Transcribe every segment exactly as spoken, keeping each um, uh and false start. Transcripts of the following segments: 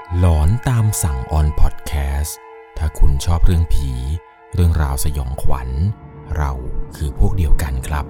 หลอนตามสั่งออนพอดแคสต์ถ้าคุณชอบเรื่องผีเรื่องราวสยองขวัญเราคือพวกเดียวกันครับ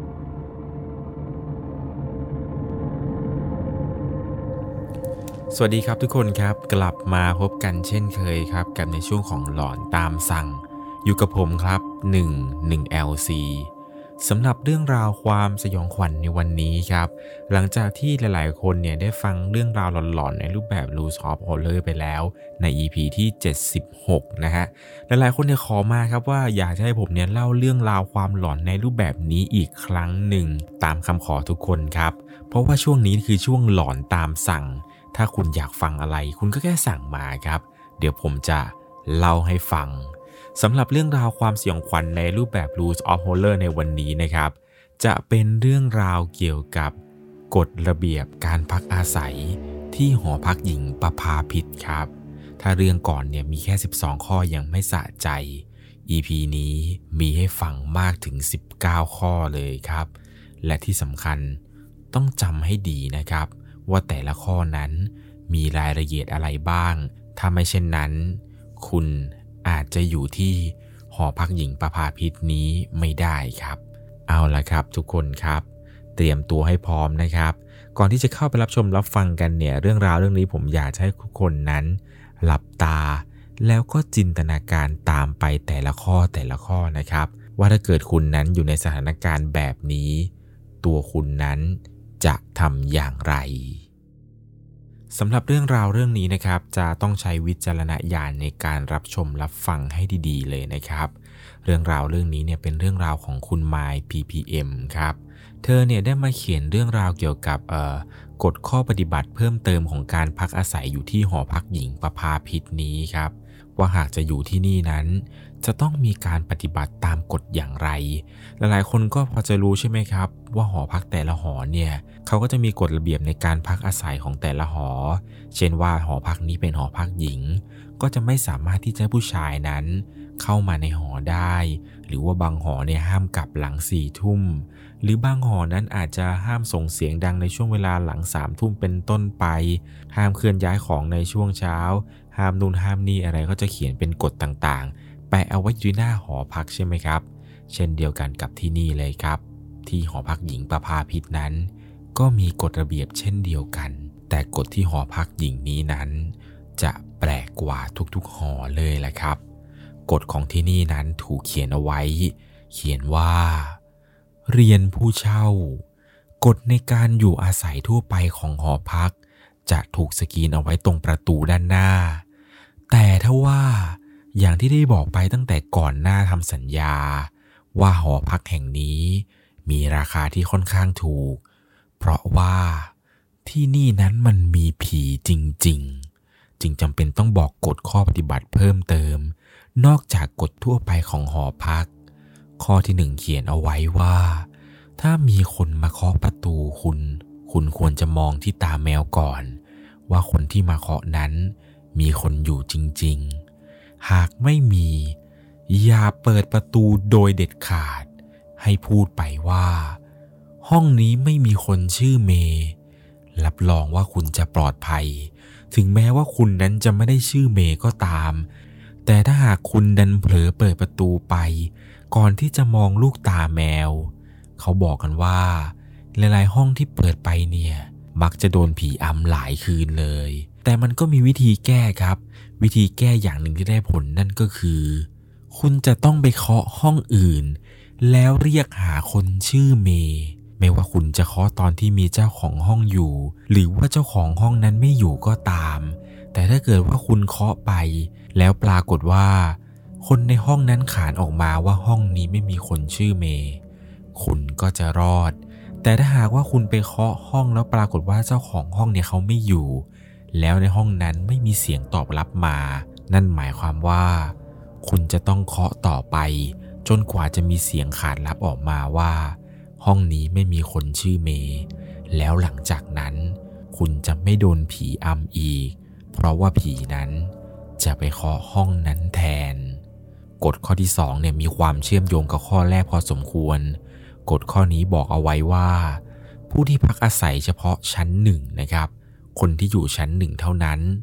สวัสดีครับทุกคนครับกลับมาพบกันเช่นเคยครับกับในช่วงของหลอนตามสั่งอยู่กับผมครับหนึ่ง หนึ่ง แอล ซี สำหรับเรื่องราวความสยองขวัญในวันนี้ครับหลังจากที่หลายๆคนเนี่ยได้ฟังเรื่องราวหลอนๆในรูปแบบ Rules of Horror ไปแล้วใน อี พี ที่เจ็ดสิบหกนะฮะหลายๆคนเนี่ยขอมาครับว่าอยากจะให้ผมเนี่ยเล่าเรื่องราวความหลอนในรูปแบบนี้อีกครั้งหนึ่งตามคำขอทุกคนครับเพราะว่าช่วงนี้คือช่วงหลอนตามสั่งถ้าคุณอยากฟังอะไรคุณก็แค่สั่งมาครับเดี๋ยวผมจะเล่าให้ฟังสำหรับเรื่องราวความสยองขวัญในรูปแบบ Rules of Horror ในวันนี้นะครับจะเป็นเรื่องราวเกี่ยวกับกฎระเบียบการพักอาศัยที่หอพักหญิงประภาพิตรครับถ้าเรื่องก่อนเนี่ยมีแค่สิบสองข้อยังไม่สะใจ อี พี นี้มีให้ฟังมากถึงสิบเก้าข้อเลยครับและที่สำคัญต้องจำให้ดีนะครับว่าแต่ละข้อนั้นมีรายละเอียดอะไรบ้างถ้าไม่เช่นนั้นคุณอาจจะอยู่ที่หอพักหญิงประภาพิตรนี้ไม่ได้ครับเอาละครับทุกคนครับเตรียมตัวให้พร้อมนะครับก่อนที่จะเข้าไปรับชมรับฟังกันเนี่ยเรื่องราวเรื่องนี้ผมอยากให้ทุกคนนั้นหลับตาแล้วก็จินตนาการตามไปแต่ละข้อแต่ละข้อนะครับว่าถ้าเกิดคุณนั้นอยู่ในสถานการณ์แบบนี้ตัวคุณนั้นจะทำอย่างไรสำหรับเรื่องราวเรื่องนี้นะครับจะต้องใช้วิจารณญาณในการรับชมรับฟังให้ดีๆเลยนะครับเรื่องราวเรื่องนี้เนี่ยเป็นเรื่องราวของคุณมาย พี พี เอ็ม ครับเธอเนี่ยได้มาเขียนเรื่องราวเกี่ยวกับเอ่อกฎข้อปฏิบัติเพิ่มเติมของการพักอาศัยอยู่ที่หอพักหญิงประภาพิตรนี้ครับว่าหากจะอยู่ที่นี่นั้นจะต้องมีการปฏิบัติตามกฎอย่างไรหลายๆคนก็พอจะรู้ใช่ไหมครับว่าหอพักแต่ละหอเนี่ยเขาก็จะมีกฎระเบียบในการพักอาศัยของแต่ละหอเช่นว่าหอพักนี้เป็นหอพักหญิงก็จะไม่สามารถที่จะให้ผู้ชายนั้นเข้ามาในหอได้หรือว่าบางหอเนี่ยห้ามกลับหลังสี่ทุ่มหรือบางหอนั้นอาจจะห้ามส่งเสียงดังในช่วงเวลาหลังสามทุ่มเป็นต้นไปห้ามเคลื่อนย้ายของในช่วงเช้าห้ามนู่นห้ามนี่อะไรก็จะเขียนเป็นกฎต่างๆแปะเอาไว้อยู่หน้าหอพักใช่ไหมครับเช่นเดียวกันกับที่นี่เลยครับที่หอพักหญิงประภาพิตรนั้นก็มีกฎระเบียบเช่นเดียวกันแต่กฎที่หอพักหญิงนี้นั้นจะแปลกกว่าทุกๆหอเลยแหละครับกฎของที่นี่นั้นถูกเขียนเอาไว้เขียนว่าเรียนผู้เช่ากฎในการอยู่อาศัยทั่วไปของหอพักจะถูกสกรีนเอาไว้ตรงประตูด้านหน้าแต่ถ้าว่าอย่างที่ได้บอกไปตั้งแต่ก่อนหน้าทำสัญญาว่าหอพักแห่งนี้มีราคาที่ค่อนข้างถูกเพราะว่าที่นี่นั้นมันมีผีจริงๆจึงจำเป็นต้องบอกกฎข้อปฏิบัติเพิ่มเติมนอกจากกฎทั่วไปของหอพักข้อที่หนึ่งเขียนเอาไว้ว่าถ้ามีคนมาเคาะประตูคุณคุณควรจะมองที่ตาแมวก่อนว่าคนที่มาเคาะนั้นมีคนอยู่จริงๆหากไม่มีอย่าเปิดประตูโดยเด็ดขาดให้พูดไปว่าห้องนี้ไม่มีคนชื่อเมย์รับรองว่าคุณจะปลอดภัยถึงแม้ว่าคุณนั้นจะไม่ได้ชื่อเมย์ก็ตามแต่ถ้าหากคุณดันเผลอเปิดประตูไปก่อนที่จะมองลูกตาแมวเขาบอกกันว่าหลายๆห้องที่เปิดไปเนี่ยมักจะโดนผีอำหลายคืนเลยแต่มันก็มีวิธีแก้ครับวิธีแก้อย่างหนึ่งที่ได้ผลนั่นก็คือคุณจะต้องไปเคาะห้องอื่นแล้วเรียกหาคนชื่อเมย์ไม่ว่าคุณจะเคาะตอนที่มีเจ้าของห้องอยู่หรือว่าเจ้าของห้องนั้นไม่อยู่ก็ตามแต่ถ้าเกิดว่าคุณเคาะไปแล้วปรากฏว่าคนในห้องนั้นขานออกมาว่าห้องนี้ไม่มีคนชื่อเมย์คุณก็จะรอดแต่ถ้าหากว่าคุณไปเคาะห้องแล้วปรากฏว่าเจ้าของห้องเนี่ยเขาไม่อยู่แล้วในห้องนั้นไม่มีเสียงตอบรับมานั่นหมายความว่าคุณจะต้องเคาะต่อไปจนกว่าจะมีเสียงขานรับออกมาว่าห้องนี้ไม่มีคนชื่อเมย์แล้วหลังจากนั้นคุณจะไม่โดนผีอำอีกเพราะว่าผีนั้นจะไปเคาะห้องนั้นแทนกฎข้อที่สองเนี่ยมีความเชื่อมโยงกับข้อแรกพอสมควรกฎข้อนี้บอกเอาไว้ว่าผู้ที่พักอาศัยเฉพาะชั้นหนึ่งนะครับคนที่อยู่ชั้นหนึ่งเท่านั้น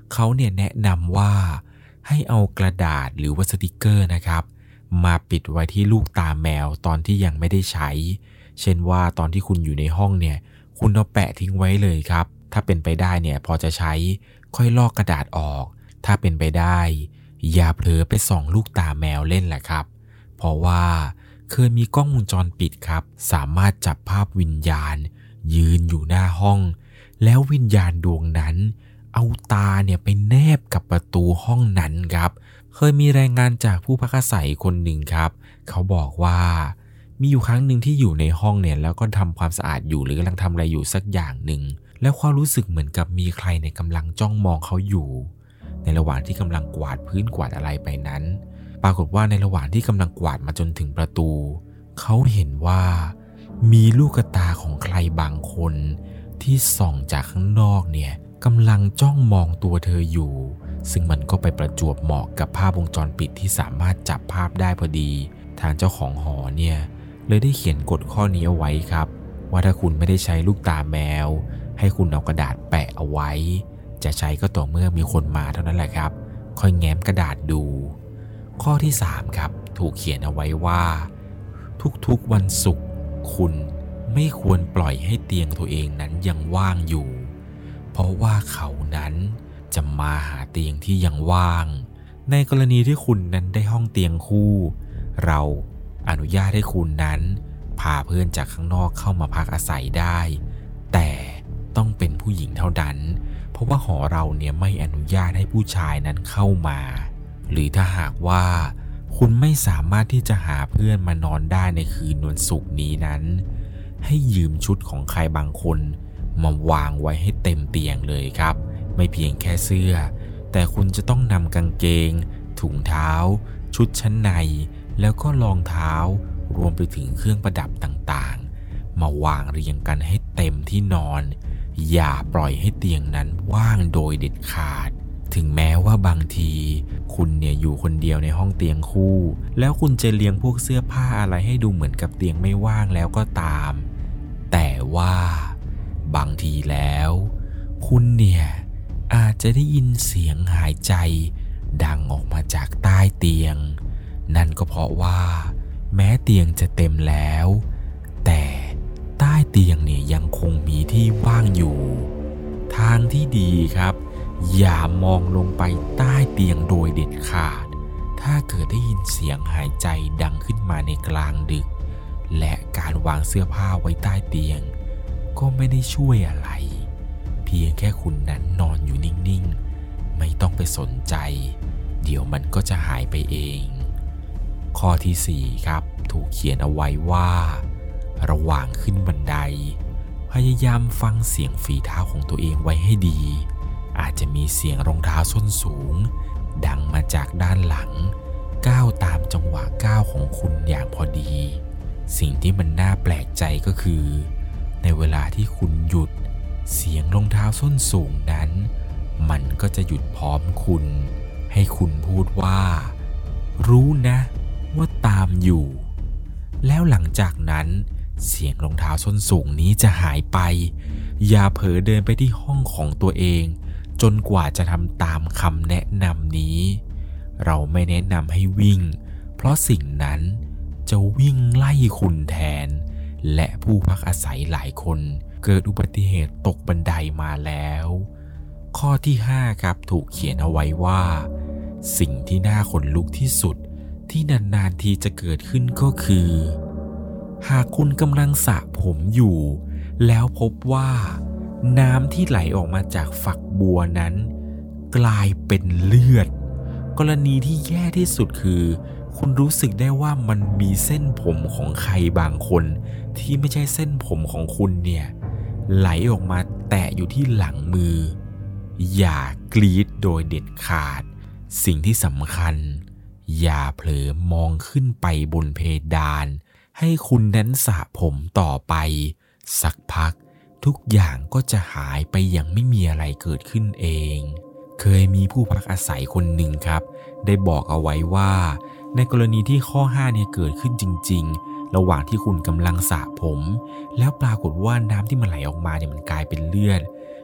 เขาเนี่ยแนะนำว่าให้เอากระดาษหรือว่าสติกเกอร์นะครับมาปิดไว้ที่ลูกตาแมวตอนที่ยังไม่ได้ใช้เช่นว่าตอนที่คุณอยู่ในห้องเนี่ยคุณเอาแปะทิ้งไว้เลยครับถ้าเป็นไปได้เนี่ยพอจะใช้ค่อยลอกกระดาษออกถ้าเป็นไปได้อย่าเผลอไปส่องลูกตาแมวเล่นแหละครับเพราะว่าเคยมีกล้องวงจรปิดครับสามารถจับภาพวิญญาณยืนอยู่หน้าห้องแล้ววิญญาณดวงนั้นเอาตาเนี่ยไปแนบกับประตูห้องนั้นครับเคยมีรายงานจากผู้พักอาศัยคนหนึ่งครับเขาบอกว่ามีอยู่ครั้งหนึ่งที่อยู่ในห้องเนี่ยแล้วก็ทำความสะอาดอยู่หรือกำลังทำอะไรอยู่สักอย่างหนึ่งแล้วความรู้สึกเหมือนกับมีใครในกำลังจ้องมองเขาอยู่ในระหว่างที่กำลังกวาดพื้นกวาดอะไรไปนั้นปรากฏว่าในระหว่างที่กำลังกวาดมาจนถึงประตูเขาเห็นว่ามีลูกตาของใครบางคนที่ส่องจากข้างนอกเนี่ยกำลังจ้องมองตัวเธออยู่ซึ่งมันก็ไปประจวบเหมาะกับภาพวงจรปิดที่สามารถจับภาพได้พอดีทางเจ้าของหอเนี่ยเลยได้เขียนกฎข้อนี้เอาไว้ครับว่าถ้าคุณไม่ได้ใช้ลูกตาแมวให้คุณเอากระดาษแปะเอาไว้จะใช้ก็ต่อเมื่อมีคนมาเท่านั้นแหละครับค่อยแง้มกระดาษดูข้อที่สามครับถูกเขียนเอาไว้ว่าทุกๆวันศุกร์คุณไม่ควรปล่อยให้เตียงตัวเองนั้นยังว่างอยู่เพราะว่าเขานั้นจะมาหาเตียงที่ยังว่างในกรณีที่คุณนั้นได้ห้องเตียงคู่เราอนุญาตให้คุณนั้นพาเพื่อนจากข้างนอกเข้ามาพักอาศัยได้แต่ต้องเป็นผู้หญิงเท่านั้นเพราะว่าหอเราเนี่ยไม่อนุญาตให้ผู้ชายนั้นเข้ามาหรือถ้าหากว่าคุณไม่สามารถที่จะหาเพื่อนมานอนได้ในคืนวันศุกร์นี้นั้นให้ยืมชุดของใครบางคนมาวางไว้ให้เต็มเตียงเลยครับไม่เพียงแค่เสื้อแต่คุณจะต้องนำกางเกงถุงเท้าชุดชั้นในแล้วก็รองเท้ารวมไปถึงเครื่องประดับต่างๆมาวางเรียงกันให้เต็มที่นอนอย่าปล่อยให้เตียงนั้นว่างโดยเด็ดขาดถึงแม้ว่าบางทีคุณเนี่ยอยู่คนเดียวในห้องเตียงคู่แล้วคุณจะเรียงพวกเสื้อผ้าอะไรให้ดูเหมือนกับเตียงไม่ว่างแล้วก็ตามแต่ว่าบางทีแล้วคุณเนี่ยอาจจะได้ยินเสียงหายใจดังออกมาจากใต้เตียงนั่นก็เพราะว่าแม้เตียงจะเต็มแล้วแต่ใต้เตียงเนี่ยยังคงมีที่ว่างอยู่ทางที่ดีครับอย่ามองลงไปใต้เตียงโดยเด็ดขาดถ้าเกิดได้ยินเสียงหายใจดังขึ้นมาในกลางดึกและการวางเสื้อผ้าไว้ใต้เตียงก็ไม่ได้ช่วยอะไรเพียงแค่คุณนั้นนอนอยู่นิ่งๆไม่ต้องไปสนใจเดี๋ยวมันก็จะหายไปเองข้อที่สี่ครับถูกเขียนเอาไว้ว่าระหว่างขึ้นบันไดพยายามฟังเสียงฝีเท้าของตัวเองไว้ให้ดีอาจจะมีเสียงรองเท้าส้นสูงดังมาจากด้านหลังก้าวตามจังหวะก้าวของคุณอย่างพอดีสิ่งที่มันน่าแปลกใจก็คือในเวลาที่คุณหยุดเสียงรองเท้าส้นสูงนั้นมันก็จะหยุดพร้อมคุณให้คุณพูดว่ารู้นะว่าตามอยู่แล้วหลังจากนั้นเสียงรองเท้าส้นสูงนี้จะหายไปอย่าเผลอเดินไปที่ห้องของตัวเองจนกว่าจะทำตามคำแนะนำนี้เราไม่แนะนำให้วิ่งเพราะสิ่งนั้นจะวิ่งไล่คุณแทนและผู้พักอาศัยหลายคนเกิดอุบัติเหตุตกบันไดมาแล้วข้อที่ห้าครับถูกเขียนเอาไว้ว่าสิ่งที่น่าขนลุกที่สุดที่นานๆทีจะเกิดขึ้นก็คือหากคุณกำลังสระผมอยู่แล้วพบว่าน้ำที่ไหลออกมาจากฝักบัวนั้นกลายเป็นเลือดกรณีที่แย่ที่สุดคือคุณรู้สึกได้ว่ามันมีเส้นผมของใครบางคนที่ไม่ใช่เส้นผมของคุณเนี่ยไหลออกมาแตะอยู่ที่หลังมืออย่ากรีดโดยเด็ดขาดสิ่งที่สำคัญอย่าเผลอมองขึ้นไปบนเพดานให้คุณนั้นสระผมต่อไปสักพักทุกอย่างก็จะหายไปอย่างไม่มีอะไรเกิดขึ้นเองเคยมีผู้พักอาศัยคนหนึ่งครับได้บอกเอาไว้ว่าในกรณีที่ข้อห้าเนี่ยเกิดขึ้นจริงๆระหว่างที่คุณกำลังสระผมแล้วปรากฏว่าน้ำที่มันไหลออกมาเนี่ยมันกลายเป็นเลือด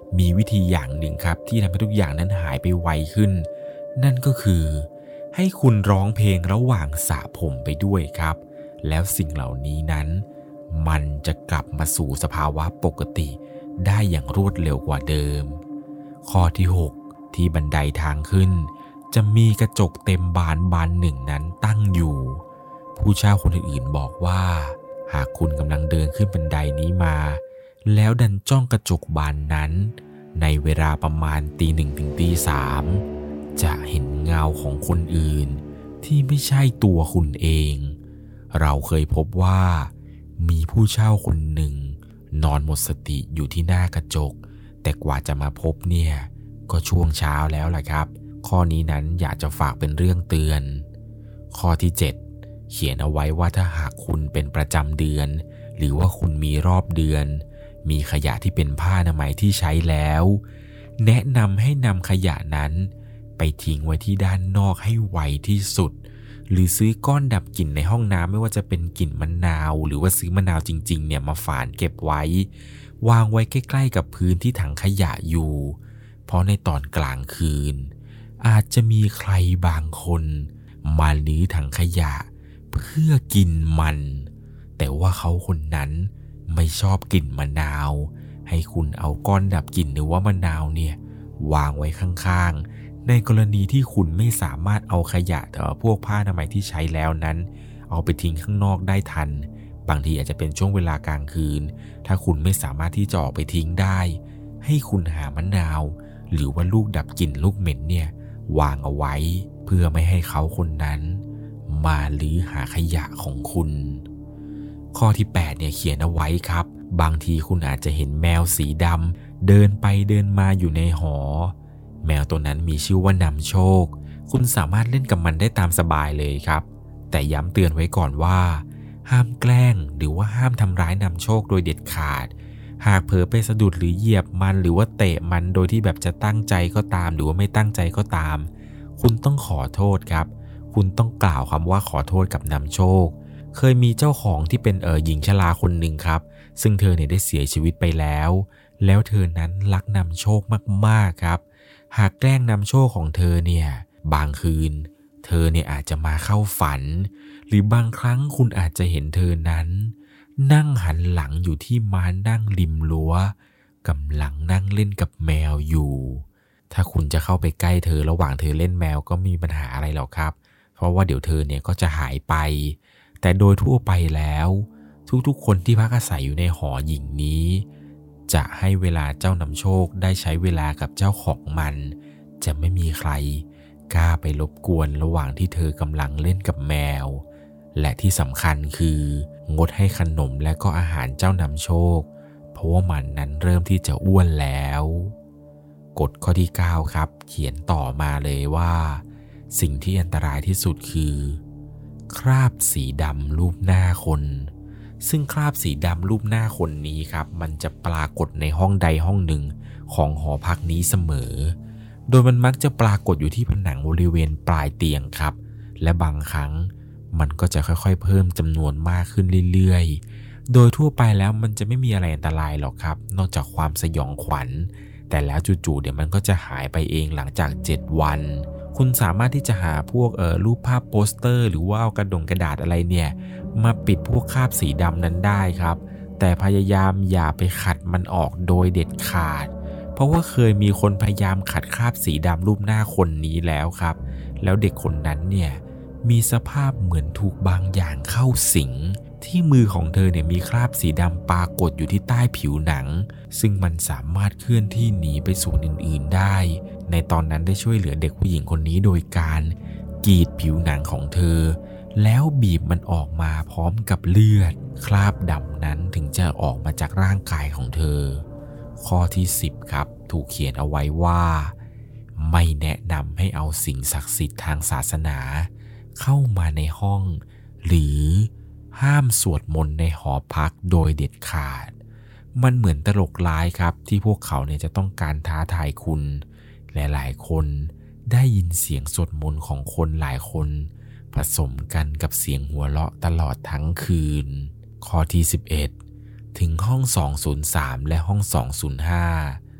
มีวิธีอย่างหนึ่งครับที่ทำให้ทุกอย่างนั้นหายไปไวขึ้นนั่นก็คือให้คุณร้องเพลงระหว่างสระผมไปด้วยครับแล้วสิ่งเหล่านี้นั้นมันจะกลับมาสู่สภาวะปกติได้อย่างรวดเร็วกว่าเดิมข้อที่หกที่บันไดทางขึ้นจะมีกระจกเต็มบานบานหนึ่งนั้นตั้งอยู่ผู้เช่าคนอื่นๆบอกว่าหากคุณกำลังเดินขึ้นบันไดนี้มาแล้วดันจ้องกระจกบานนั้นในเวลาประมาณตีหนึ่งถึงตีสามจะเห็นเงาของคนอื่นที่ไม่ใช่ตัวคุณเองเราเคยพบว่ามีผู้เช่าคนหนึ่งนอนหมดสติอยู่ที่หน้ากระจกแต่กว่าจะมาพบเนี่ยก็ช่วงเช้าแล้วล่ะครับข้อนี้นั้นอยากจะฝากเป็นเรื่องเตือนข้อที่เจ็ดเขียนเอาไว้ว่าถ้าหากคุณเป็นประจำเดือนหรือว่าคุณมีรอบเดือนมีขยะที่เป็นผ้าอนามัยที่ใช้แล้วแนะนำให้นำขยะนั้นไปทิ้งไว้ที่ด้านนอกให้ไวที่สุดหรือซื้อก้อนดับกลิ่นในห้องน้ำไม่ว่าจะเป็นกลิ่นมะนาวหรือว่าซื้อมะนาวจริงๆเนี่ยมาฝานเก็บไว้วางไว้ใกล้ๆกับพื้นที่ถังขยะอยู่เพราะในตอนกลางคืนอาจจะมีใครบางคนมาลื้อถังขยะเพื่อกินมันแต่ว่าเขาคนนั้นไม่ชอบกลิ่นมะนาวให้คุณเอาก้อนดับกลิ่นหรือว่ามะนาวเนี่ยวางไว้ข้างๆในกรณีที่คุณไม่สามารถเอาขยะเอ่อพวกผ้าอนามัยที่ใช้แล้วนั้นเอาไปทิ้งข้างนอกได้ทันบางทีอาจจะเป็นช่วงเวลากลางคืนถ้าคุณไม่สามารถที่จะออกไปทิ้งได้ให้คุณหามะนาวหรือว่าลูกดับกลิ่นลูกเหม็นเนี่ยวางเอาไว้เพื่อไม่ให้เขาคนนั้นมาลื้อหาขยะของคุณข้อที่แปดเนี่ยเขียนเอาไว้ครับบางทีคุณอาจจะเห็นแมวสีดำเดินไปเดินมาอยู่ในหอแมวตัวนั้นมีชื่อว่านำโชคคุณสามารถเล่นกับมันได้ตามสบายเลยครับแต่ย้ำเตือนไว้ก่อนว่าห้ามแกล้งหรือว่าห้ามทำร้ายนำโชคโดยเด็ดขาดหากเผลอไปสะดุดหรือเหยียบมันหรือว่าเตะมันโดยที่แบบจะตั้งใจก็ตามหรือว่าไม่ตั้งใจก็ตามคุณต้องขอโทษครับคุณต้องกล่าวคำว่าขอโทษกับนำโชคเคยมีเจ้าของที่เป็นเอ่อหญิงชราคนหนึ่งครับซึ่งเธอเนี่ยได้เสียชีวิตไปแล้วแล้วเธอนั้นรักนำโชคมากๆครับหากแกล้งนำโชคของเธอเนี่ยบางคืนเธอเนี่ยอาจจะมาเข้าฝันหรือบางครั้งคุณอาจจะเห็นเธอนั้นนั่งหันหลังอยู่ที่ม้านั่งริมรั้วกำลังนั่งเล่นกับแมวอยู่ถ้าคุณจะเข้าไปใกล้เธอระหว่างเธอเล่นแมวก็มีปัญหาอะไรหรอกครับเพราะว่าเดี๋ยวเธอเนี่ยก็จะหายไปแต่โดยทั่วไปแล้วทุกๆคนที่พักอาศัยอยู่ในหอหญิงนี้จะให้เวลาเจ้านำโชคได้ใช้เวลากับเจ้าของมันจะไม่มีใครกล้าไปรบกวนระหว่างที่เธอกำลังเล่นกับแมวและที่สำคัญคืองดให้ขนมและก็อาหารเจ้านำโชคเพราะว่ามันนั้นเริ่มที่จะอ้วนแล้วกฎข้อที่เก้าครับเขียนต่อมาเลยว่าสิ่งที่อันตรายที่สุดคือคราบสีดำรูปหน้าคนซึ่งคราบสีดำรูปหน้าคนนี้ครับมันจะปรากฏในห้องใดห้องหนึ่งของหอพักนี้เสมอโดยมันมักจะปรากฏอยู่ที่ผนังบริเวณปลายเตียงครับและบางครั้งมันก็จะค่อยๆเพิ่มจำนวนมากขึ้นเรื่อยๆโดยทั่วไปแล้วมันจะไม่มีอะไรอันตรายหรอกครับนอกจากความสยองขวัญแต่แล้วจู่ๆเดี๋ยวมันก็จะหายไปเองหลังจากเจ็ดวันคุณสามารถที่จะหาพวกเอ่อรูปภาพโปสเตอร์หรือว่าเอากระดงกระดาษอะไรเนี่ยมาปิดพวกคราบสีดำนั้นได้ครับแต่พยายามอย่าไปขัดมันออกโดยเด็ดขาดเพราะว่าเคยมีคนพยายามขัดคราบสีดำรูปหน้าคนนี้แล้วครับแล้วเด็กคนนั้นเนี่ยมีสภาพเหมือนถูกบางอย่างเข้าสิงที่มือของเธอเนี่ยมีคราบสีดำปรากฏอยู่ที่ใต้ผิวหนังซึ่งมันสามารถเคลื่อนที่หนีไปส่วนอื่นๆได้ในตอนนั้นได้ช่วยเหลือเด็กผู้หญิงคนนี้โดยการกรีดผิวหนังของเธอแล้วบีบมันออกมาพร้อมกับเลือดคราบดำนั้นถึงจะออกมาจากร่างกายของเธอข้อที่สิบครับถูกเขียนเอาไว้ว่าไม่แนะนำให้เอาสิ่งศักดิ์สิทธิ์ทางศาสนาเข้ามาในห้องหรือห้ามสวดมนต์ในหอพักโดยเด็ดขาดมันเหมือนตลกร้ายครับที่พวกเขาเนี่ยจะต้องการท้าทายคุณและหลายคนได้ยินเสียงสวดมนต์ของคนหลายคนผสมกันกับเสียงหัวเราะตลอดทั้งคืนข้อที่สิบเอ็ดถึงห้องสองศูนย์สามและห้องสองศูนย์ห้า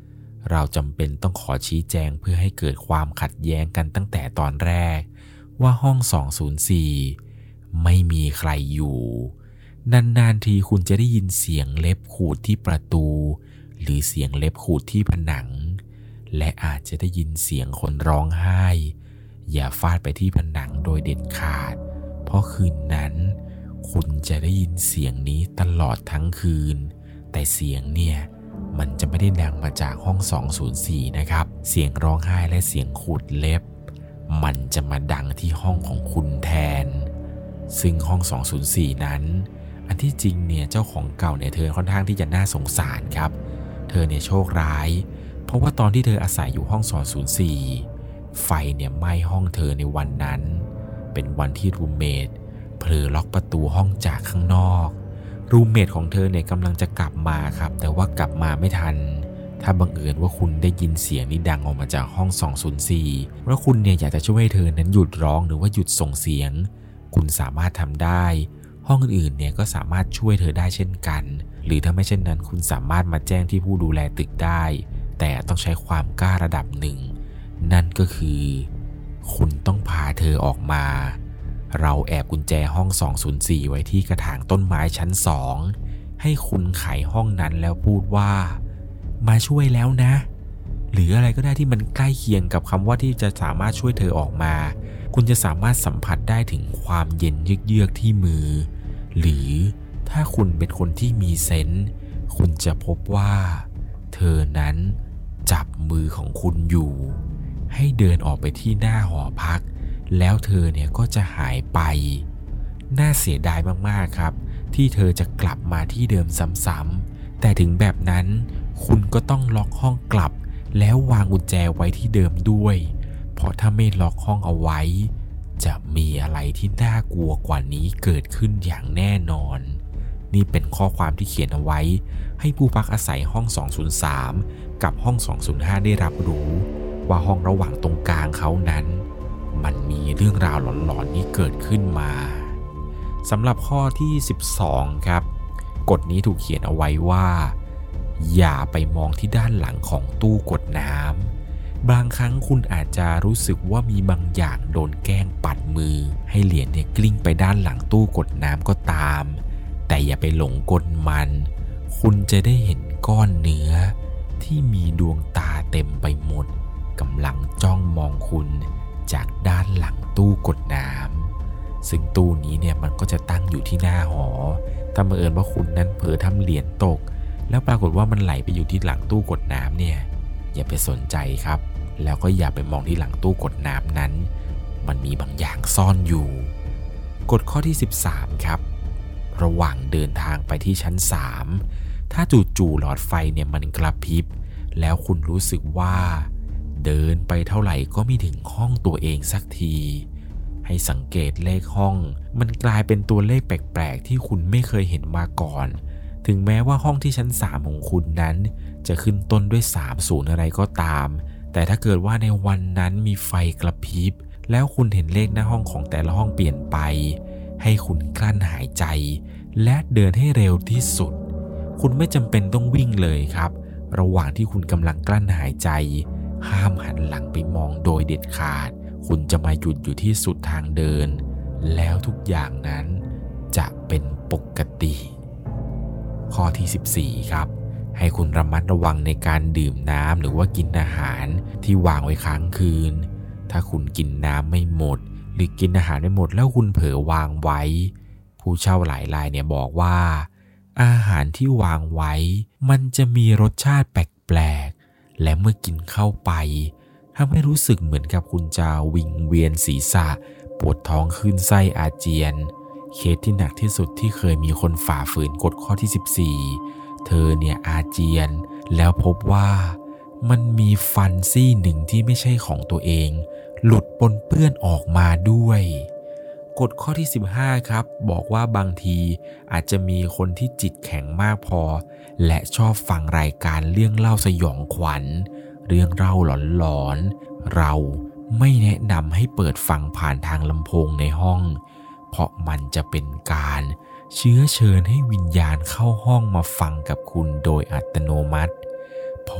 เราจำเป็นต้องขอชี้แจงเพื่อให้เกิดความขัดแย้งกันตั้งแต่ตอนแรกว่าห้องสองศูนย์สี่ไม่มีใครอยู่นานๆทีคุณจะได้ยินเสียงเล็บขูดที่ประตูหรือเสียงเล็บขูดที่ผนังและอาจจะได้ยินเสียงคนร้องไห้อย่าฟาดไปที่ผนังโดยเด็ดขาดเพราะคืนนั้นคุณจะได้ยินเสียงนี้ตลอดทั้งคืนแต่เสียงเนี่ยมันจะไม่ได้ดังมาจากห้องสองศูนย์สี่นะครับเสียงร้องไห้และเสียงขูดเล็บมันจะมาดังที่ห้องของคุณแทนซึ่งห้องสองศูนย์สี่นั้นอันที่จริงเนี่ยเจ้าของเก่าเนี่ยเธอค่อนข้างที่จะน่าสงสารครับเธอเนี่ยโชคร้ายเพราะว่าตอนที่เธออาศัยอยู่ห้องสองศูนย์สี่ไฟเนี่ยไหม้ห้องเธอในวันนั้นเป็นวันที่รูมเมทเผลอล็อกประตูห้องจากข้างนอกรูมเมทของเธอเนี่ยกำลังจะกลับมาครับแต่ว่ากลับมาไม่ทันถ้าบังเอิญว่าคุณได้ยินเสียงนี้ดังออกมาจากห้องสองศูนย์สี่แล้วคุณเนี่ยอยากจะช่วยให้เธอนั้นหยุดร้องหรือว่าหยุดส่งเสียงคุณสามารถทำได้ห้องอื่นๆเนี่ยก็สามารถช่วยเธอได้เช่นกันหรือถ้าไม่เช่นนั้นคุณสามารถมาแจ้งที่ผู้ดูแลตึกได้แต่ต้องใช้ความกล้าระดับหนึ่งนั่นก็คือคุณต้องพาเธอออกมาเราแอบกุญแจห้องสองศูนย์สี่ไว้ที่กระถางต้นไม้ชั้นสองให้คุณไขห้องนั้นแล้วพูดว่ามาช่วยแล้วนะหรืออะไรก็ได้ที่มันใกล้เคียงกับคำว่าที่จะสามารถช่วยเธอออกมาคุณจะสามารถสัมผัสได้ถึงความเย็นเยือกๆที่มือหรือถ้าคุณเป็นคนที่มีเซนส์คุณจะพบว่าเธอนั้นจับมือของคุณอยู่ให้เดินออกไปที่หน้าหอพักแล้วเธอเนี่ยก็จะหายไปน่าเสียดายมากๆครับที่เธอจะกลับมาที่เดิมซ้ำๆแต่ถึงแบบนั้นคุณก็ต้องล็อกห้องกลับแล้ววางกุญแจไว้ที่เดิมด้วยเพราะถ้าไม่ล็อกห้องเอาไว้จะมีอะไรที่น่ากลัวกว่านี้เกิดขึ้นอย่างแน่นอนนี่เป็นข้อความที่เขียนเอาไว้ให้ผู้พักอาศัยห้องสองศูนย์สามกับห้องสองศูนย์ห้าได้รับรู้ว่าห้องระหว่างตรงกลางเขานั้นมันมีเรื่องราวหลอนๆนี้เกิดขึ้นมาสำหรับข้อที่สิบสองครับกฎนี้ถูกเขียนเอาไว้ว่าอย่าไปมองที่ด้านหลังของตู้กดน้ำบางครั้งคุณอาจจะรู้สึกว่ามีบางอย่างโดนแกล้งปัดมือให้เหรียญเนี่ยกลิ้งไปด้านหลังตู้กดน้ำก็ตามแต่อย่าไปหลงกลมันคุณจะได้เห็นก้อนเนื้อที่มีดวงตาเต็มไปหมดกำลังจ้องมองคุณจากด้านหลังตู้กดน้ำซึ่งตู้นี้เนี่ยมันก็จะตั้งอยู่ที่หน้าหอถ้าบังเอิญว่าคุณนั้นเผลอทำเหรียญตกแล้วปรากฏว่ามันไหลไปอยู่ที่หลังตู้กดน้ำเนี่ยอย่าไปสนใจครับแล้วก็อย่าไปมองที่หลังตู้กดน้ำนั้นมันมีบางอย่างซ่อนอยู่กฎข้อที่สิบสามครับระหว่างเดินทางไปที่ชั้นสามถ้าจู่ๆหลอดไฟเนี่ยมันกระพริบแล้วคุณรู้สึกว่าเดินไปเท่าไหร่ก็ไม่ถึงห้องตัวเองสักทีให้สังเกตเลขห้องมันกลายเป็นตัวเลขแปลกๆที่คุณไม่เคยเห็นมาก่อนถึงแม้ว่าห้องที่ชั้นสามของคุณนั้นจะขึ้นต้นด้วยสามสิบอะไรก็ตามแต่ถ้าเกิดว่าในวันนั้นมีไฟกระพริบแล้วคุณเห็นเลขหน้าห้องของแต่ละห้องเปลี่ยนไปให้คุณกลั้นหายใจและเดินให้เร็วที่สุดคุณไม่จำเป็นต้องวิ่งเลยครับระหว่างที่คุณกำลังกลั้นหายใจห้ามหันหลังไปมองโดยเด็ดขาดคุณจะมาหยุดอยู่ที่สุดทางเดินแล้วทุกอย่างนั้นจะเป็นปกติข้อที่สิบสี่ครับให้คุณระมัดระวังในการดื่มน้ำหรือว่ากินอาหารที่วางไว้ค้างคืนถ้าคุณกินน้ำไม่หมดหรือกินอาหารไม่หมดแล้วคุณเผลอวางไว้ผู้เช่าหลายรายเนี่ยบอกว่าอาหารที่วางไว้มันจะมีรสชาติแปลกๆและเมื่อกินเข้าไปทำให้รู้สึกเหมือนกับคุณจะวิงเวียนศีรษะปวดท้องคลื่นไส้อาเจียนเคสที่หนักที่สุดที่เคยมีคนฝ่าฝืนกฎข้อที่สิบสี่เธอเนี่ยอาเจียนแล้วพบว่ามันมีฟันซี่หนึ่งที่ไม่ใช่ของตัวเองหลุดปนเปื้อนออกมาด้วยกฎข้อที่สิบห้าครับบอกว่าบางทีอาจจะมีคนที่จิตแข็งมากพอและชอบฟังรายการเรื่องเล่าสยองขวัญเรื่องเล่าหลอนๆเราไม่แนะนำให้เปิดฟังผ่านทางลำโพงในห้องเพราะมันจะเป็นการเชื้อเชิญให้วิญญาณเข้าห้องมาฟังกับคุณโดยอัตโนมัติเพราะ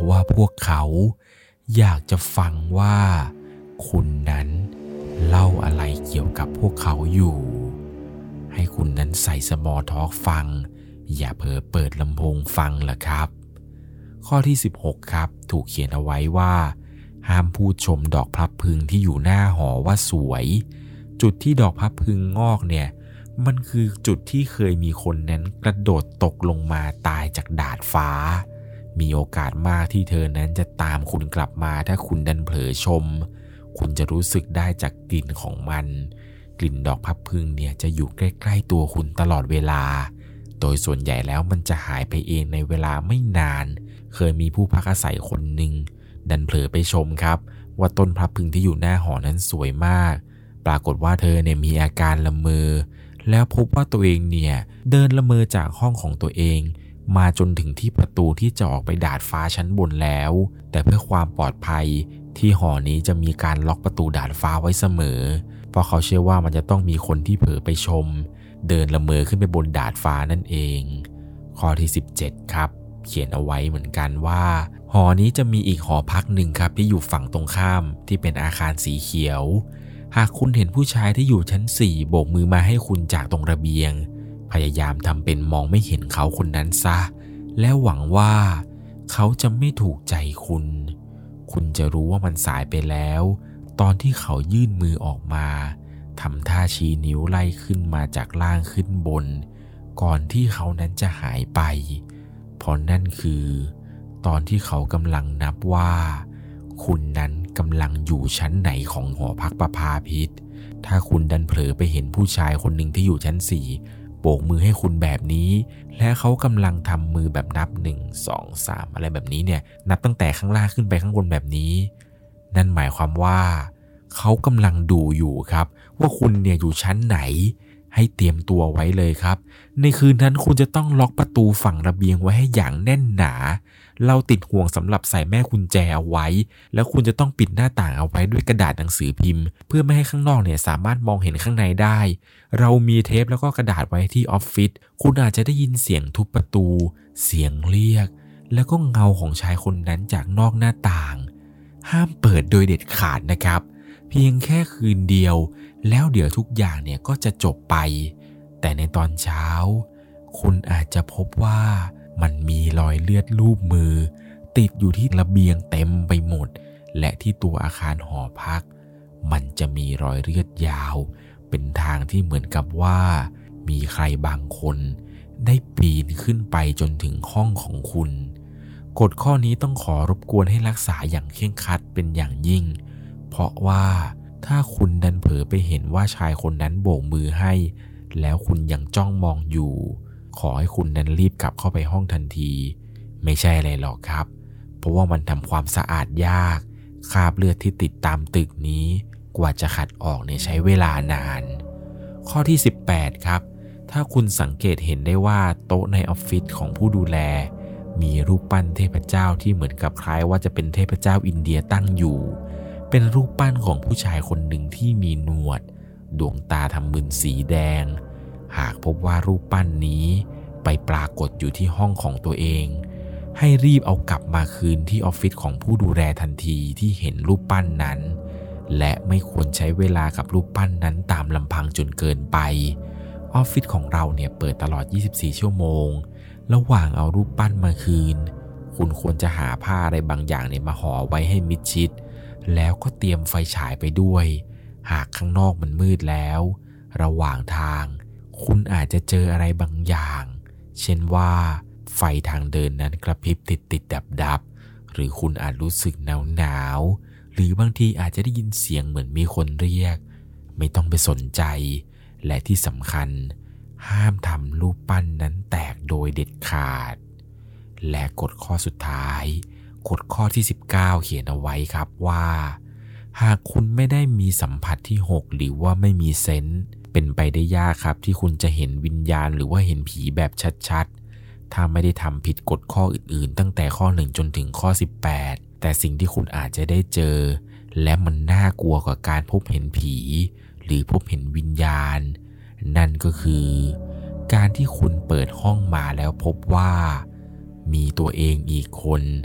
ะว่าพวกเขาอยากจะฟังว่าคุณนั้นเล่าอะไรเกี่ยวกับพวกเขาอยู่ให้คุณนั้นใส่สมอลทอล์กฟังอย่าเผลอเปิดลำโพงฟังล่ะครับข้อที่สิบหกครับถูกเขียนเอาไว้ว่าห้ามพูดชมดอกพลับพลึงที่อยู่หน้าหอว่าสวยจุดที่ดอกพลับพลึงงอกเนี่ยมันคือจุดที่เคยมีคนนั้นกระโดดตกลงมาตายจากดาดฟ้ามีโอกาสมากที่เธอนั้นจะตามคุณกลับมาถ้าคุณดันเผลอชมคุณจะรู้สึกได้จากกลิ่นของมันกลิ่นดอกพลับพลึงเนี่ยจะอยู่ใกล้ๆตัวคุณตลอดเวลาโดยส่วนใหญ่แล้วมันจะหายไปเองในเวลาไม่นานเคยมีผู้พักอาศัยคนหนึ่งดันเผลอไปชมครับว่าต้นพลับพลึงที่อยู่หน้าหอนั้นสวยมากปรากฏว่าเธอเนี่ยมีอาการละเมอแล้วพบว่าตัวเองเนี่ยเดินละเมอจากห้องของตัวเองมาจนถึงที่ประตูที่จะออกไปดาดฟ้าชั้นบนแล้วแต่เพื่อความปลอดภัยที่หอนี้จะมีการล็อกประตูดาดฟ้าไว้เสมอเพราะเขาเชื่อว่ามันจะต้องมีคนที่เผลอไปชมเดินละเมอขึ้นไปบนดาดฟ้านั่นเองข้อที่สิบเจ็ดครับเขียนเอาไว้เหมือนกันว่าหอนี้จะมีอีกหอพักหนึ่งครับที่อยู่ฝั่งตรงข้ามที่เป็นอาคารสีเขียวหากคุณเห็นผู้ชายที่อยู่ชั้นสี่โบกมือมาให้คุณจากตรงระเบียงพยายามทำเป็นมองไม่เห็นเขาคนนั้นซะและหวังว่าเขาจะไม่ถูกใจคุณคุณจะรู้ว่ามันสายไปแล้วตอนที่เขายื่นมือออกมาทำท่าชี้นิ้วไล่ขึ้นมาจากล่างขึ้นบนก่อนที่เขานั้นจะหายไปเพราะนั่นคือตอนที่เขากำลังนับว่าคุณนั้นกำลังอยู่ชั้นไหนของหอพักประภาพิษถ้าคุณดันเผลอไปเห็นผู้ชายคนหนึ่งที่อยู่ชั้นสี่โบกมือให้คุณแบบนี้และเขากำลังทำมือแบบนับหนึ่ง สอง สามอะไรแบบนี้เนี่ยนับตั้งแต่ข้างล่างขึ้นไปข้างบนแบบนี้นั่นหมายความว่าเขากำลังดูอยู่ครับว่าคุณเนี่ยอยู่ชั้นไหนให้เตรียมตัวไว้เลยครับในคืนนั้นคุณจะต้องล็อกประตูฝั่งระเบียงไว้ให้อย่างแน่นหนาเราติดห่วงสำหรับใส่แม่กุญแจเอาไว้แล้วคุณจะต้องปิดหน้าต่างเอาไว้ด้วยกระดาษหนังสือพิมพ์เพื่อไม่ให้ข้างนอกเนี่ยสามารถมองเห็นข้างในได้เรามีเทปแล้วก็กระดาษไว้ที่ออฟฟิศคุณอาจจะได้ยินเสียงทุบประตูเสียงเรียกแล้วก็เงาของชายคนนั้นจากนอกหน้าต่างห้ามเปิดโดยเด็ดขาดนะครับเพียงแค่คืนเดียวแล้วเดี๋ยวทุกอย่างเนี่ยก็จะจบไปแต่ในตอนเช้าคุณอาจจะพบว่ามันมีรอยเลือดลูบมือติดอยู่ที่ระเบียงเต็มไปหมดและที่ตัวอาคารหอพักมันจะมีรอยเลือดยาวเป็นทางที่เหมือนกับว่ามีใครบางคนได้ปีนขึ้นไปจนถึงห้องของคุณกฎข้อนี้ต้องขอรบกวนให้รักษาอย่างเคร่งครัดเป็นอย่างยิ่งเพราะว่าถ้าคุณดันเผลอไปเห็นว่าชายคนนั้นโบกมือให้แล้วคุณยังจ้องมองอยู่ขอให้คุณนั้นรีบกลับเข้าไปห้องทันทีไม่ใช่อะไรหรอกครับเพราะว่ามันทำความสะอาดยากคราบเลือดที่ติดตามตึกนี้กว่าจะขัดออกเนี่ยใช้เวลานานข้อที่สิบแปดครับถ้าคุณสังเกตเห็นได้ว่าโต๊ะในออฟฟิศของผู้ดูแลมีรูปปั้นเทพเจ้าที่เหมือนกับคล้ายว่าจะเป็นเทพเจ้าอินเดียตั้งอยู่เป็นรูปปั้นของผู้ชายคนหนึ่งที่มีหนวดดวงตาทำมึนสีแดงหากพบว่ารูปปั้นนี้ไปปรากฏอยู่ที่ห้องของตัวเองให้รีบเอากลับมาคืนที่ออฟฟิศของผู้ดูแลทันทีที่เห็นรูปปั้นนั้นและไม่ควรใช้เวลากับรูปปั้นนั้นตามลำพังจนเกินไปออฟฟิศของเราเนี่ยเปิดตลอดยี่สิบสี่ชั่วโมงระหว่างเอารูปปั้นมาคืนคุณควรจะหาผ้าอะไรบางอย่างเนี่ยมาห่อไว้ให้มิดชิดแล้วก็เตรียมไฟฉายไปด้วยหากข้างนอกมันมืดแล้วระหว่างทางคุณอาจจะเจออะไรบางอย่างเช่นว่าไฟทางเดินนั้นกระพริบติดติดดับดับหรือคุณอาจรู้สึกหนาวหนาวหรือบางทีอาจจะได้ยินเสียงเหมือนมีคนเรียกไม่ต้องไปสนใจและที่สำคัญห้ามทำรูปปั้นนั้นแตกโดยเด็ดขาดและกฎข้อสุดท้ายกฎข้อที่สิบเก้าเขียนเอาไว้ครับว่าหากคุณไม่ได้มีสัมผัสที่หกหรือว่าไม่มีเซนส์เป็นไปได้ยากครับที่คุณจะเห็นวิญญาณหรือว่าเห็นผีแบบชัดๆถ้าไม่ได้ทำผิดกฎข้ออื่นๆตั้งแต่ข้อหนึ่งจนถึงข้อสิบแปดแต่สิ่งที่คุณอาจจะได้เจอและมันน่ากลัวกว่าการพบเห็นผีหรือพบเห็นวิญญาณนั่นก็คือการที่คุณเปิดห้องมาแล้วพบว่ามีตัวเองอีกคน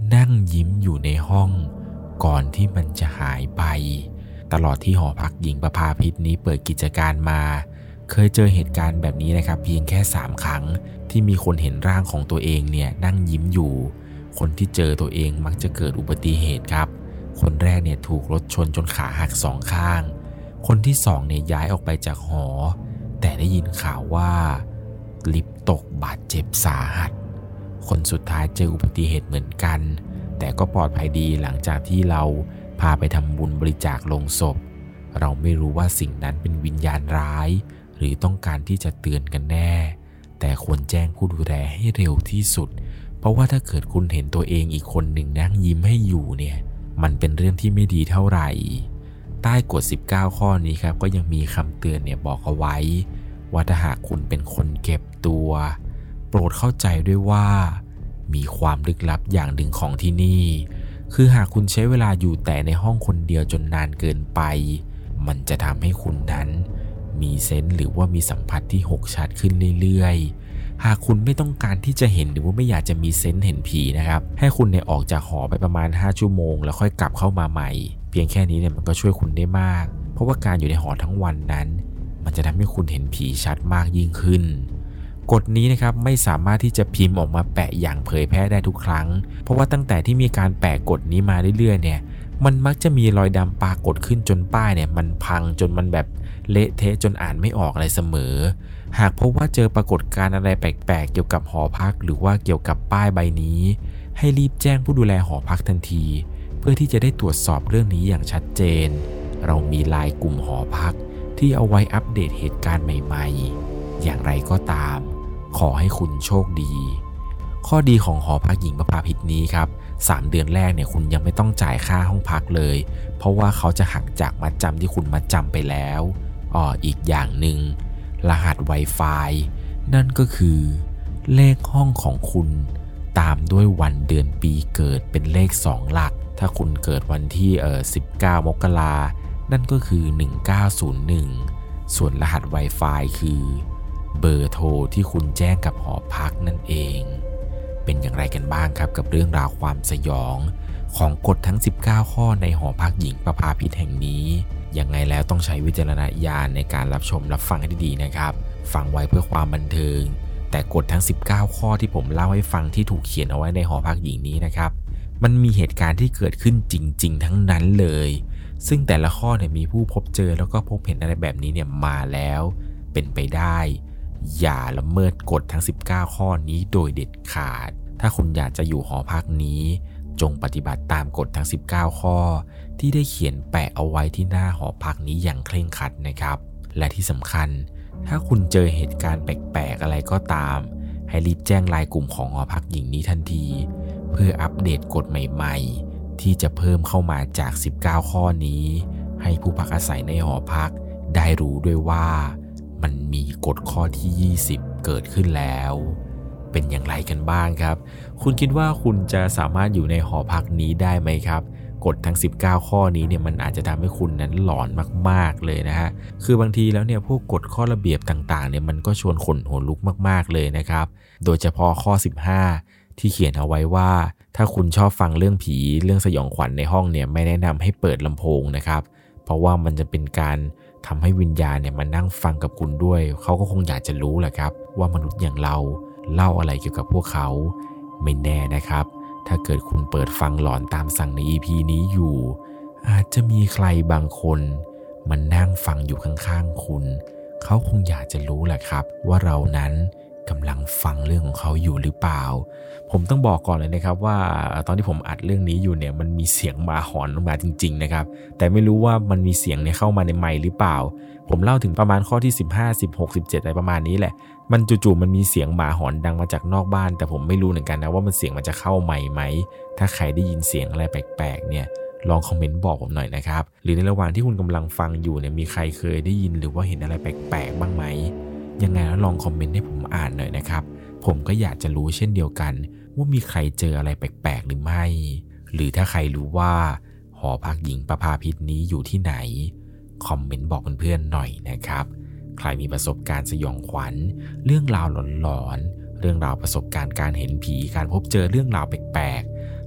นั่งยิ้มอยู่ในห้องก่อนที่มันจะหายไปตลอดที่หอพักหญิงประภาพิษนี้เปิดกิจการมาเคยเจอเหตุการณ์แบบนี้นะครับเพียงแค่สามครั้งที่มีคนเห็นร่างของตัวเองเนี่ยนั่งยิ้มอยู่คนที่เจอตัวเองมักจะเกิดอุบัติเหตุครับคนแรกเนี่ยถูกรถชนจนขาหักสองข้างคนที่สองเนี่ยย้ายออกไปจากหอแต่ได้ยินข่าวว่าลิฟต์ตกบาดเจ็บสาหัสคนสุดท้ายเจออุบัติเหตุเหมือนกันแต่ก็ปลอดภัยดีหลังจากที่เราพาไปทำบุญบริจาคโลงศพเราไม่รู้ว่าสิ่งนั้นเป็นวิญญาณร้ายหรือต้องการที่จะเตือนกันแน่แต่ควรแจ้งผู้ดูแลให้เร็วที่สุดเพราะว่าถ้าเกิดคุณเห็นตัวเองอีกคนหนึ่งนั่งยิ้มให้อยู่เนี่ยมันเป็นเรื่องที่ไม่ดีเท่าไหร่ใต้กฎสิบเก้าข้อนี้ครับก็ยังมีคำเตือนเนี่ยบอกเอาไว้ว่าถ้าหากคุณเป็นคนเก็บตัวโปรดเข้าใจด้วยว่ามีความลึกลับอย่างหนึ่งของที่นี่คือหากคุณใช้เวลาอยู่แต่ในห้องคนเดียวจนนานเกินไปมันจะทำให้คุณนั้นมีเซนส์หรือว่ามีสัมผัสที่หกชัดขึ้นเรื่อยๆหากคุณไม่ต้องการที่จะเห็นหรือว่าไม่อยากจะมีเซนส์เห็นผีนะครับให้คุณเนี่ยออกจากหอไปประมาณห้าชั่วโมงแล้วค่อยกลับเข้ามาใหม่เพียงแค่นี้เนี่ยมันก็ช่วยคุณได้มากเพราะว่าการอยู่ในหอทั้งวันนั้นมันจะทำให้คุณเห็นผีชัดมากยิ่งขึ้นกฎนี้นะครับไม่สามารถที่จะพิมพ์ออกมาแปะอย่างเผยแพร่ได้ทุกครั้งเพราะว่าตั้งแต่ที่มีการแปะกฎนี้มาเรื่อยๆเนี่ยมันมักจะมีรอยดำปรากฏขึ้นจนป้ายเนี่ยมันพังจนมันแบบเละเทะจนอ่านไม่ออกอะไรเสมอหากพบว่าเจอปรากฏการณ์อะไรแปลกๆเกี่ยวกับหอพักหรือว่าเกี่ยวกับป้ายใบนี้ให้รีบแจ้งผู้ดูแลหอพักทันทีเพื่อที่จะได้ตรวจสอบเรื่องนี้อย่างชัดเจนเรามีไลน์กลุ่มหอพักที่เอาไว้อัปเดตเหตุการณ์ใหม่ๆอย่างไรก็ตามขอให้คุณโชคดีข้อดีของหอพักหญิงประภาพิษนี้ครับสามเดือนแรกเนี่ยคุณยังไม่ต้องจ่ายค่าห้องพักเลยเพราะว่าเขาจะหักจากมัดจำที่คุณมัดจำไปแล้วอ้ออีกอย่างหนึ่งรหัส Wi-Fi นั่นก็คือเลขห้องของคุณตามด้วยวันเดือนปีเกิดเป็นเลขสองหลักถ้าคุณเกิดวันที่เอ่อสิบเก้ามกรานั่นก็คือหนึ่งเก้าศูนย์หนึ่งส่วนรหัส Wi-Fi คือเบอร์โทรที่คุณแจ้งกับหอพักนั่นเองเป็นอย่างไรกันบ้างครับกับเรื่องราวความสยองของกฎทั้งสิบเก้าข้อในหอพักหญิงประภาพิษแห่งนี้ยังไงแล้วต้องใช้วิจารณญาณในการรับชมรับฟังให้ดีๆนะครับฟังไว้เพื่อความบันเทิงแต่กฎทั้งสิบเก้าข้อที่ผมเล่าให้ฟังที่ถูกเขียนเอาไว้ในหอพักหญิงนี้นะครับมันมีเหตุการณ์ที่เกิดขึ้นจริงๆทั้งนั้นเลยซึ่งแต่ละข้อเนี่ยมีผู้พบเจอแล้วก็พบเห็นอะไรแบบนี้เนี่ยมาแล้วเป็นไปได้อย่าละเมิดกฎทั้งสิบเก้าข้อนี้โดยเด็ดขาดถ้าคุณอยากจะอยู่หอพักนี้จงปฏิบัติตามกฎทั้งสิบเก้าข้อที่ได้เขียนแปะเอาไว้ที่หน้าหอพักนี้อย่างเคร่งครัดนะครับและที่สำคัญถ้าคุณเจอเหตุการณ์แปลกๆอะไรก็ตามให้รีบแจ้งไลน์กลุ่มของหอพักหญิงนี้ทันทีเพื่ออัปเดตกฎใหม่ๆที่จะเพิ่มเข้ามาจากสิบเก้าข้อนี้ให้ผู้พักอาศัยในหอพักได้รู้ด้วยว่ามันมีกฎข้อที่ยี่สิบเกิดขึ้นแล้วเป็นอย่างไรกันบ้างครับคุณคิดว่าคุณจะสามารถอยู่ในหอพักนี้ได้ไหมครับกฎทั้งสิบเก้าข้อนี้เนี่ยมันอาจจะทำให้คุณนั้นหลอนมากๆเลยนะฮะคือบางทีแล้วเนี่ยพวกกฎข้อระเบียบต่างๆเนี่ยมันก็ชวนขนหัวลุกมากๆเลยนะครับโดยเฉพาะข้อสิบห้าที่เขียนเอาไว้ว่าถ้าคุณชอบฟังเรื่องผีเรื่องสยองขวัญในห้องเนี่ยไม่แนะนำให้เปิดลำโพงนะครับเพราะว่ามันจะเป็นการทำให้วิญญาณเนี่ยมานั่งฟังกับคุณด้วยเขาก็คงอยากจะรู้แหละครับว่ามนุษย์อย่างเราเล่าอะไรเกี่ยวกับพวกเขาไม่แน่นะครับถ้าเกิดคุณเปิดฟังหลอนตามสั่งใน อี พี นี้อยู่อาจจะมีใครบางคนมันนั่งฟังอยู่ข้างๆคุณเขาคงอยากจะรู้แหละครับว่าเรานั้นกำลังฟังเรื่องของเขาอยู่หรือเปล่าผมต้องบอกก่อนเลยนะครับว่าตอนที่ผมอัดเรื่องนี้อยู่เนี่ยมันมีเสียงหมาหอนออกมาจริงๆนะครับแต่ไม่รู้ว่ามันมีเสียงเนี่ยเข้ามาในไมค์หรือเปล่าผมเล่าถึงประมาณข้อที่สิบห้า สิบหก สิบเจ็ดอะไรประมาณนี้แหละมันจู่ๆมันมีเสียงหมาหอนดังมาจากนอกบ้านแต่ผมไม่รู้เหมือนกันนะว่ามันเสียงมันจะเข้าไมค์ไหมถ้าใครได้ยินเสียงอะไรแปลกๆเนี่ยลองคอมเมนต์บอกผมหน่อยนะครับหรือในระหว่างที่คุณกำลังฟังอยู่เนี่ยมีใครเคยได้ยินหรือว่าเห็นอะไรแปลกๆบ้างไหมยังไงแล้วลองคอมเมนต์ให้ผมอ่านหน่อยนะครับผมก็อยากจะรู้เช่นเดียวกันว่ามีใครเจออะไรแปลกๆหรือไม่หรือถ้าใครรู้ว่าหอพักหญิงประภาพิษนี้อยู่ที่ไหนคอมเมนต์บอกเพื่อนๆหน่อยนะครับใครมีประสบการณ์สยองขวัญเรื่องราวหลอนๆเรื่องราวประสบการณ์การเห็นผีการพบเจอเรื่องราวแปลกๆ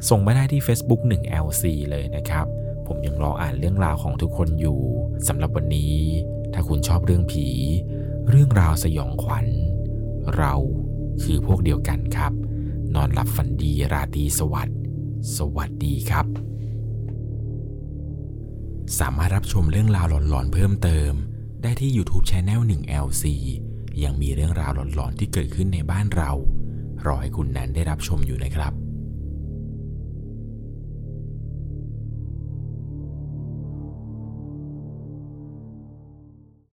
ส่งมาได้ที่ Facebook หนึ่ง แอล ซี เลยนะครับผมยังรออ่านเรื่องราวของทุกคนอยู่สำหรับวันนี้ถ้าคุณชอบเรื่องผีเรื่องราวสยองขวัญเราคือพวกเดียวกันครับนอนหลับฝันดีราตรีสวัสดิ์สวัสดีครับสามารถรับชมเรื่องราวหลอนๆเพิ่มเติมได้ที่ YouTube Channel หนึ่ง แอล ซี ยังมีเรื่องราวหลอนๆที่เกิดขึ้นในบ้านเรารอให้คุณนั้นได้รับชมอยู่นะครับ